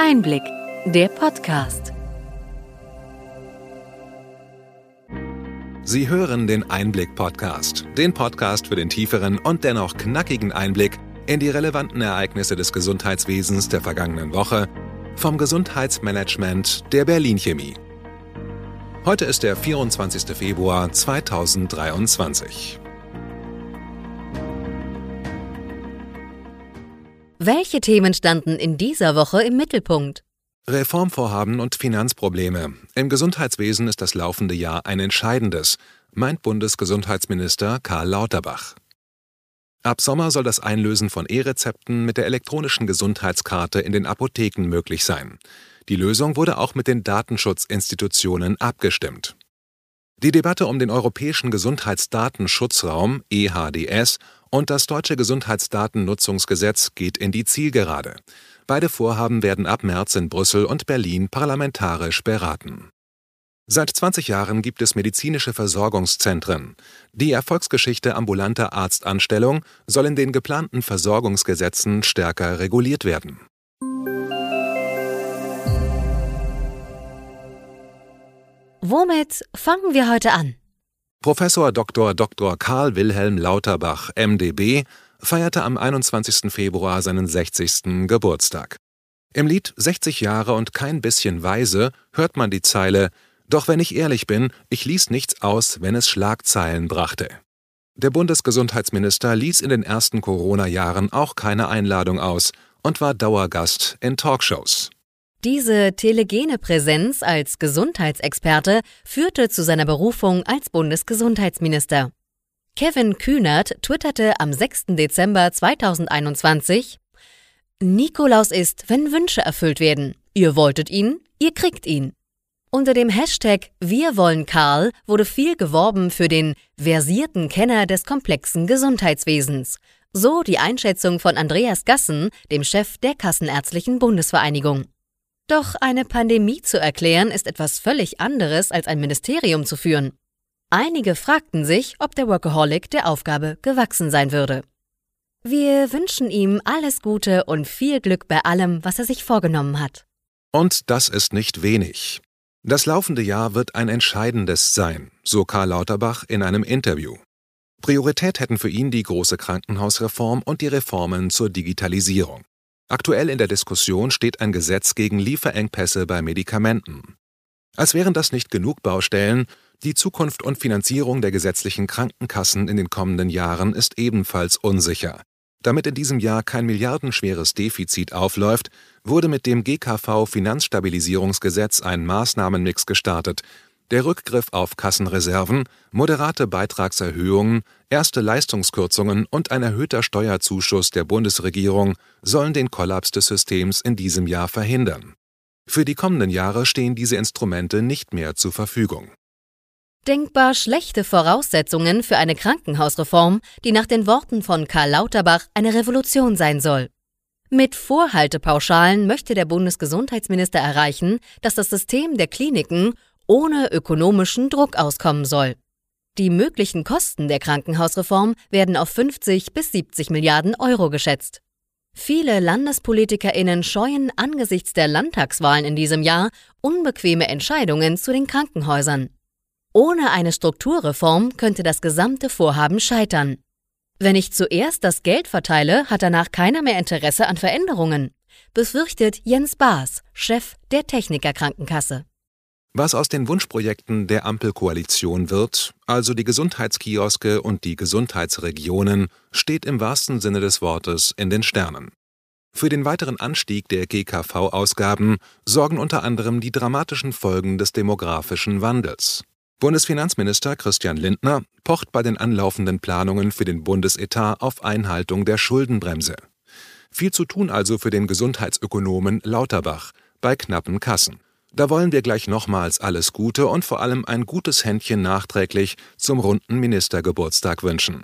Einblick, der Podcast. Sie hören den Einblick-Podcast, den Podcast für den tieferen und dennoch knackigen Einblick in die relevanten Ereignisse des Gesundheitswesens der vergangenen Woche vom Gesundheitsmanagement der Berlin Chemie. Heute ist der 24. Februar 2023. Welche Themen standen in dieser Woche im Mittelpunkt? Reformvorhaben und Finanzprobleme. Im Gesundheitswesen ist das laufende Jahr ein entscheidendes, meint Bundesgesundheitsminister Karl Lauterbach. Ab Sommer soll das Einlösen von E-Rezepten mit der elektronischen Gesundheitskarte in den Apotheken möglich sein. Die Lösung wurde auch mit den Datenschutzinstitutionen abgestimmt. Die Debatte um den Europäischen Gesundheitsdatenschutzraum (EHDS) und das Deutsche Gesundheitsdatennutzungsgesetz geht in die Zielgerade. Beide Vorhaben werden ab März in Brüssel und Berlin parlamentarisch beraten. Seit 20 Jahren gibt es medizinische Versorgungszentren. Die Erfolgsgeschichte ambulanter Arztanstellung soll in den geplanten Versorgungsgesetzen stärker reguliert werden. Womit fangen wir heute an? Professor Dr. Karl Wilhelm Lauterbach, MDB, feierte am 21. Februar seinen 60. Geburtstag. Im Lied »60 Jahre und kein bisschen weise« hört man die Zeile »Doch wenn ich ehrlich bin, ich ließ nichts aus, wenn es Schlagzeilen brachte«. Der Bundesgesundheitsminister ließ in den ersten Corona-Jahren auch keine Einladung aus und war Dauergast in Talkshows. Diese telegene Präsenz als Gesundheitsexperte führte zu seiner Berufung als Bundesgesundheitsminister. Kevin Kühnert twitterte am 6. Dezember 2021: »Nikolaus ist, wenn Wünsche erfüllt werden. Ihr wolltet ihn, ihr kriegt ihn.« Unter dem Hashtag #WirWollenKarl wurde viel geworben für den versierten Kenner des komplexen Gesundheitswesens. So die Einschätzung von Andreas Gassen, dem Chef der Kassenärztlichen Bundesvereinigung. Doch eine Pandemie zu erklären ist etwas völlig anderes als ein Ministerium zu führen. Einige fragten sich, ob der Workaholic der Aufgabe gewachsen sein würde. Wir wünschen ihm alles Gute und viel Glück bei allem, was er sich vorgenommen hat. Und das ist nicht wenig. Das laufende Jahr wird ein entscheidendes sein, so Karl Lauterbach in einem Interview. Priorität hätten für ihn die große Krankenhausreform und die Reformen zur Digitalisierung. Aktuell in der Diskussion steht ein Gesetz gegen Lieferengpässe bei Medikamenten. Als wären das nicht genug Baustellen, die Zukunft und Finanzierung der gesetzlichen Krankenkassen in den kommenden Jahren ist ebenfalls unsicher. Damit in diesem Jahr kein milliardenschweres Defizit aufläuft, wurde mit dem GKV-Finanzstabilisierungsgesetz ein Maßnahmenmix gestartet. Der Rückgriff auf Kassenreserven, moderate Beitragserhöhungen, erste Leistungskürzungen und ein erhöhter Steuerzuschuss der Bundesregierung sollen den Kollaps des Systems in diesem Jahr verhindern. Für die kommenden Jahre stehen diese Instrumente nicht mehr zur Verfügung. Denkbar schlechte Voraussetzungen für eine Krankenhausreform, die nach den Worten von Karl Lauterbach eine Revolution sein soll. Mit Vorhaltepauschalen möchte der Bundesgesundheitsminister erreichen, dass das System der Kliniken ohne ökonomischen Druck auskommen soll. Die möglichen Kosten der Krankenhausreform werden auf 50 bis 70 Milliarden Euro geschätzt. Viele LandespolitikerInnen scheuen angesichts der Landtagswahlen in diesem Jahr unbequeme Entscheidungen zu den Krankenhäusern. Ohne eine Strukturreform könnte das gesamte Vorhaben scheitern. Wenn ich zuerst das Geld verteile, hat danach keiner mehr Interesse an Veränderungen, befürchtet Jens Baas, Chef der Techniker-Krankenkasse. Was aus den Wunschprojekten der Ampelkoalition wird, also die Gesundheitskioske und die Gesundheitsregionen, steht im wahrsten Sinne des Wortes in den Sternen. Für den weiteren Anstieg der GKV-Ausgaben sorgen unter anderem die dramatischen Folgen des demografischen Wandels. Bundesfinanzminister Christian Lindner pocht bei den anlaufenden Planungen für den Bundesetat auf Einhaltung der Schuldenbremse. Viel zu tun also für den Gesundheitsökonomen Lauterbach bei knappen Kassen. Da wollen wir gleich nochmals alles Gute und vor allem ein gutes Händchen nachträglich zum runden Ministergeburtstag wünschen.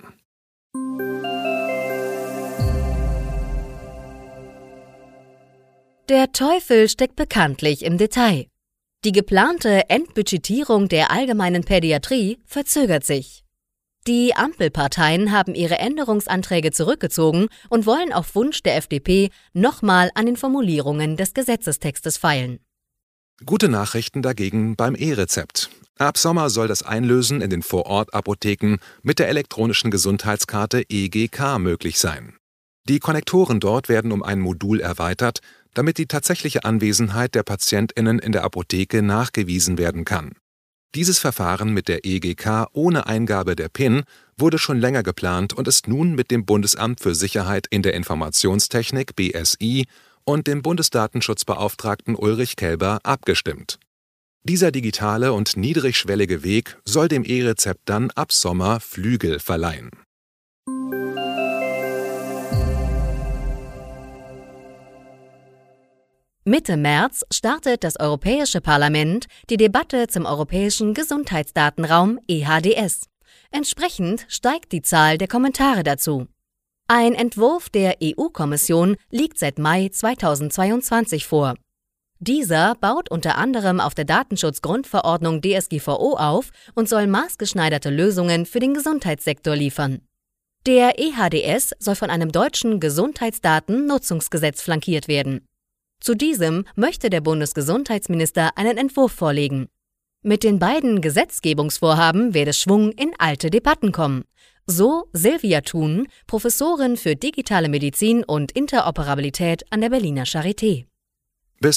Der Teufel steckt bekanntlich im Detail. Die geplante Entbudgetierung der allgemeinen Pädiatrie verzögert sich. Die Ampelparteien haben ihre Änderungsanträge zurückgezogen und wollen auf Wunsch der FDP nochmal an den Formulierungen des Gesetzestextes feilen. Gute Nachrichten dagegen beim E-Rezept. Ab Sommer soll das Einlösen in den Vorortapotheken mit der elektronischen Gesundheitskarte EGK möglich sein. Die Konnektoren dort werden um ein Modul erweitert, damit die tatsächliche Anwesenheit der PatientInnen in der Apotheke nachgewiesen werden kann. Dieses Verfahren mit der EGK ohne Eingabe der PIN wurde schon länger geplant und ist nun mit dem Bundesamt für Sicherheit in der Informationstechnik (BSI) und dem Bundesdatenschutzbeauftragten Ulrich Kelber abgestimmt. Dieser digitale und niedrigschwellige Weg soll dem E-Rezept dann ab Sommer Flügel verleihen. Mitte März startet das Europäische Parlament die Debatte zum Europäischen Gesundheitsdatenraum EHDS. Entsprechend steigt die Zahl der Kommentare dazu. Ein Entwurf der EU-Kommission liegt seit Mai 2022 vor. Dieser baut unter anderem auf der Datenschutzgrundverordnung DSGVO auf und soll maßgeschneiderte Lösungen für den Gesundheitssektor liefern. Der EHDS soll von einem deutschen Gesundheitsdatennutzungsgesetz flankiert werden. Zu diesem möchte der Bundesgesundheitsminister einen Entwurf vorlegen. Mit den beiden Gesetzgebungsvorhaben werde Schwung in alte Debatten kommen. So Silvia Thun, Professorin für digitale Medizin und Interoperabilität an der Berliner Charité. Bis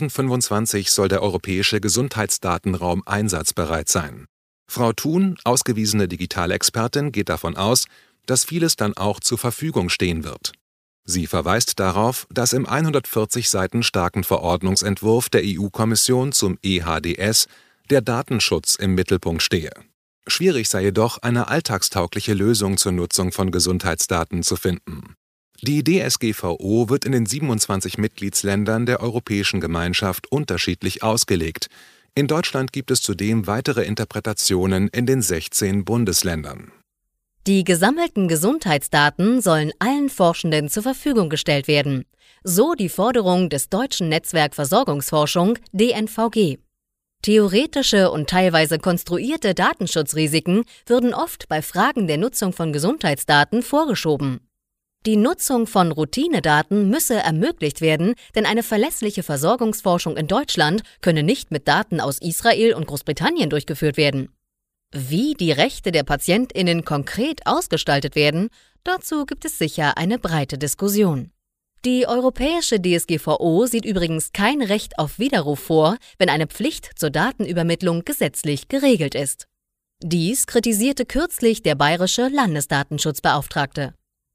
2025 soll der europäische Gesundheitsdatenraum einsatzbereit sein. Frau Thun, ausgewiesene Digitalexpertin, geht davon aus, dass vieles dann auch zur Verfügung stehen wird. Sie verweist darauf, dass im 140 Seiten starken Verordnungsentwurf der EU-Kommission zum EHDS der Datenschutz im Mittelpunkt stehe. Schwierig sei jedoch, eine alltagstaugliche Lösung zur Nutzung von Gesundheitsdaten zu finden. Die DSGVO wird in den 27 Mitgliedsländern der Europäischen Gemeinschaft unterschiedlich ausgelegt. In Deutschland gibt es zudem weitere Interpretationen in den 16 Bundesländern. Die gesammelten Gesundheitsdaten sollen allen Forschenden zur Verfügung gestellt werden. So die Forderung des Deutschen Netzwerk Versorgungsforschung DNVG. Theoretische und teilweise konstruierte Datenschutzrisiken würden oft bei Fragen der Nutzung von Gesundheitsdaten vorgeschoben. Die Nutzung von Routinedaten müsse ermöglicht werden, denn eine verlässliche Versorgungsforschung in Deutschland könne nicht mit Daten aus Israel und Großbritannien durchgeführt werden. Wie die Rechte der PatientInnen konkret ausgestaltet werden, dazu gibt es sicher eine breite Diskussion. Die europäische DSGVO sieht übrigens kein Recht auf Widerruf vor, wenn eine Pflicht zur Datenübermittlung gesetzlich geregelt ist. Dies kritisierte kürzlich der bayerische Landesdatenschutzbeauftragte.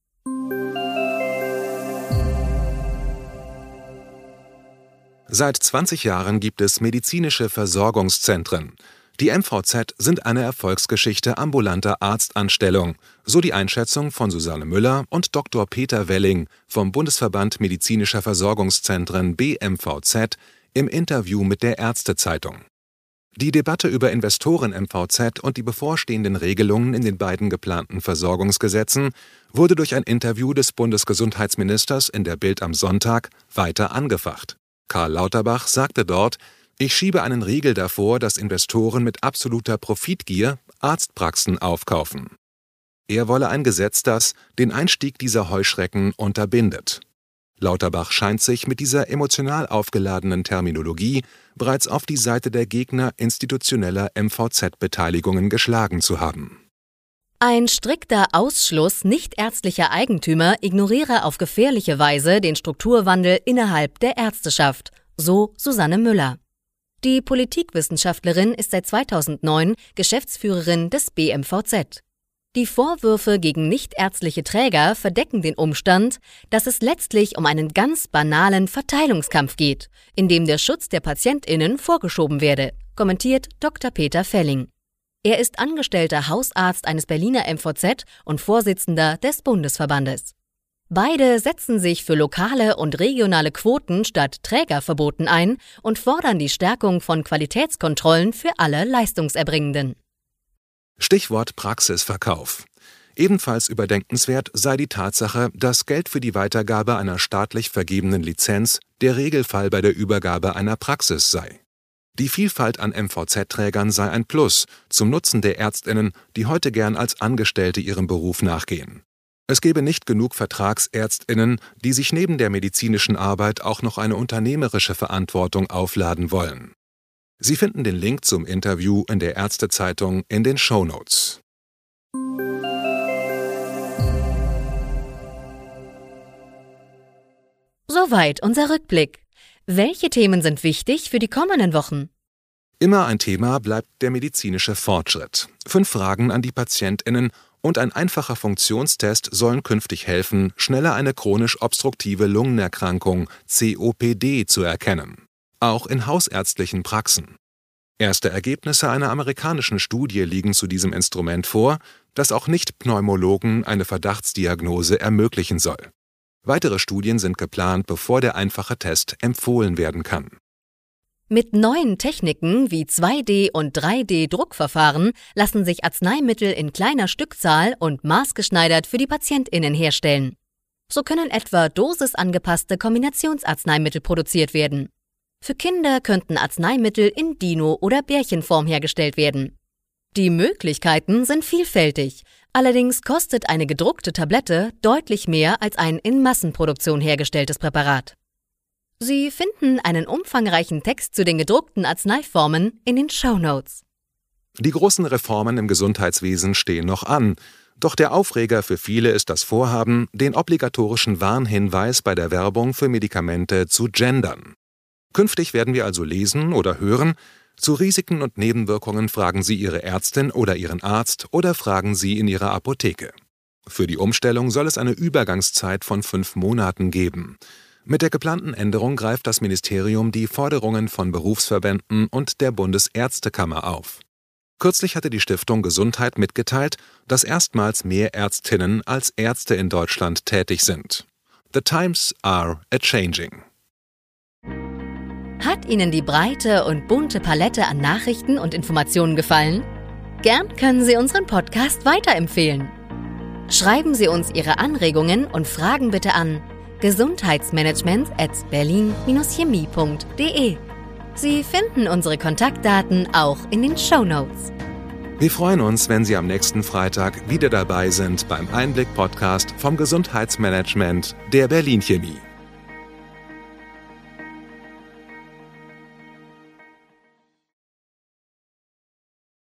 Seit 20 Jahren gibt es medizinische Versorgungszentren. Die MVZ sind eine Erfolgsgeschichte ambulanter Arztanstellung, so die Einschätzung von Susanne Müller und Dr. Peter Welling vom Bundesverband Medizinischer Versorgungszentren BMVZ im Interview mit der Ärztezeitung. Die Debatte über Investoren-MVZ und die bevorstehenden Regelungen in den beiden geplanten Versorgungsgesetzen wurde durch ein Interview des Bundesgesundheitsministers in der Bild am Sonntag weiter angefacht. Karl Lauterbach sagte dort: Ich schiebe einen Riegel davor, dass Investoren mit absoluter Profitgier Arztpraxen aufkaufen. Er wolle ein Gesetz, das den Einstieg dieser Heuschrecken unterbindet. Lauterbach scheint sich mit dieser emotional aufgeladenen Terminologie bereits auf die Seite der Gegner institutioneller MVZ-Beteiligungen geschlagen zu haben. Ein strikter Ausschluss nichtärztlicher Eigentümer ignoriere auf gefährliche Weise den Strukturwandel innerhalb der Ärzteschaft, so Susanne Müller. Die Politikwissenschaftlerin ist seit 2009 Geschäftsführerin des BMVZ. Die Vorwürfe gegen nichtärztliche Träger verdecken den Umstand, dass es letztlich um einen ganz banalen Verteilungskampf geht, in dem der Schutz der PatientInnen vorgeschoben werde, kommentiert Dr. Peter Felling. Er ist angestellter Hausarzt eines Berliner MVZ und Vorsitzender des Bundesverbandes. Beide setzen sich für lokale und regionale Quoten statt Trägerverboten ein und fordern die Stärkung von Qualitätskontrollen für alle Leistungserbringenden. Stichwort Praxisverkauf. Ebenfalls überdenkenswert sei die Tatsache, dass Geld für die Weitergabe einer staatlich vergebenen Lizenz der Regelfall bei der Übergabe einer Praxis sei. Die Vielfalt an MVZ-Trägern sei ein Plus zum Nutzen der ÄrztInnen, die heute gern als Angestellte ihrem Beruf nachgehen. Es gebe nicht genug VertragsärztInnen, die sich neben der medizinischen Arbeit auch noch eine unternehmerische Verantwortung aufladen wollen. Sie finden den Link zum Interview in der Ärztezeitung in den Shownotes. Soweit unser Rückblick. Welche Themen sind wichtig für die kommenden Wochen? Immer ein Thema bleibt der medizinische Fortschritt. 5 Fragen an die PatientInnen und ein einfacher Funktionstest sollen künftig helfen, schneller eine chronisch obstruktive Lungenerkrankung (COPD) zu erkennen. Auch in hausärztlichen Praxen. Erste Ergebnisse einer amerikanischen Studie liegen zu diesem Instrument vor, das auch Nicht-Pneumologen eine Verdachtsdiagnose ermöglichen soll. Weitere Studien sind geplant, bevor der einfache Test empfohlen werden kann. Mit neuen Techniken wie 2D- und 3D-Druckverfahren lassen sich Arzneimittel in kleiner Stückzahl und maßgeschneidert für die PatientInnen herstellen. So können etwa dosisangepasste Kombinationsarzneimittel produziert werden. Für Kinder könnten Arzneimittel in Dino- oder Bärchenform hergestellt werden. Die Möglichkeiten sind vielfältig, allerdings kostet eine gedruckte Tablette deutlich mehr als ein in Massenproduktion hergestelltes Präparat. Sie finden einen umfangreichen Text zu den gedruckten Arzneiformen in den Shownotes. Die großen Reformen im Gesundheitswesen stehen noch an, doch der Aufreger für viele ist das Vorhaben, den obligatorischen Warnhinweis bei der Werbung für Medikamente zu gendern. Künftig werden wir also lesen oder hören: Zu Risiken und Nebenwirkungen fragen Sie Ihre Ärztin oder Ihren Arzt oder fragen Sie in Ihrer Apotheke. Für die Umstellung soll es eine Übergangszeit von 5 Monaten geben. Mit der geplanten Änderung greift das Ministerium die Forderungen von Berufsverbänden und der Bundesärztekammer auf. Kürzlich hatte die Stiftung Gesundheit mitgeteilt, dass erstmals mehr Ärztinnen als Ärzte in Deutschland tätig sind. The times are a-changing. Hat Ihnen die breite und bunte Palette an Nachrichten und Informationen gefallen? Gern können Sie unseren Podcast weiterempfehlen. Schreiben Sie uns Ihre Anregungen und Fragen bitte an gesundheitsmanagement@berlin-chemie.de. Sie finden unsere Kontaktdaten auch in den Shownotes. Wir freuen uns, wenn Sie am nächsten Freitag wieder dabei sind beim Einblick-Podcast vom Gesundheitsmanagement der Berlin Chemie.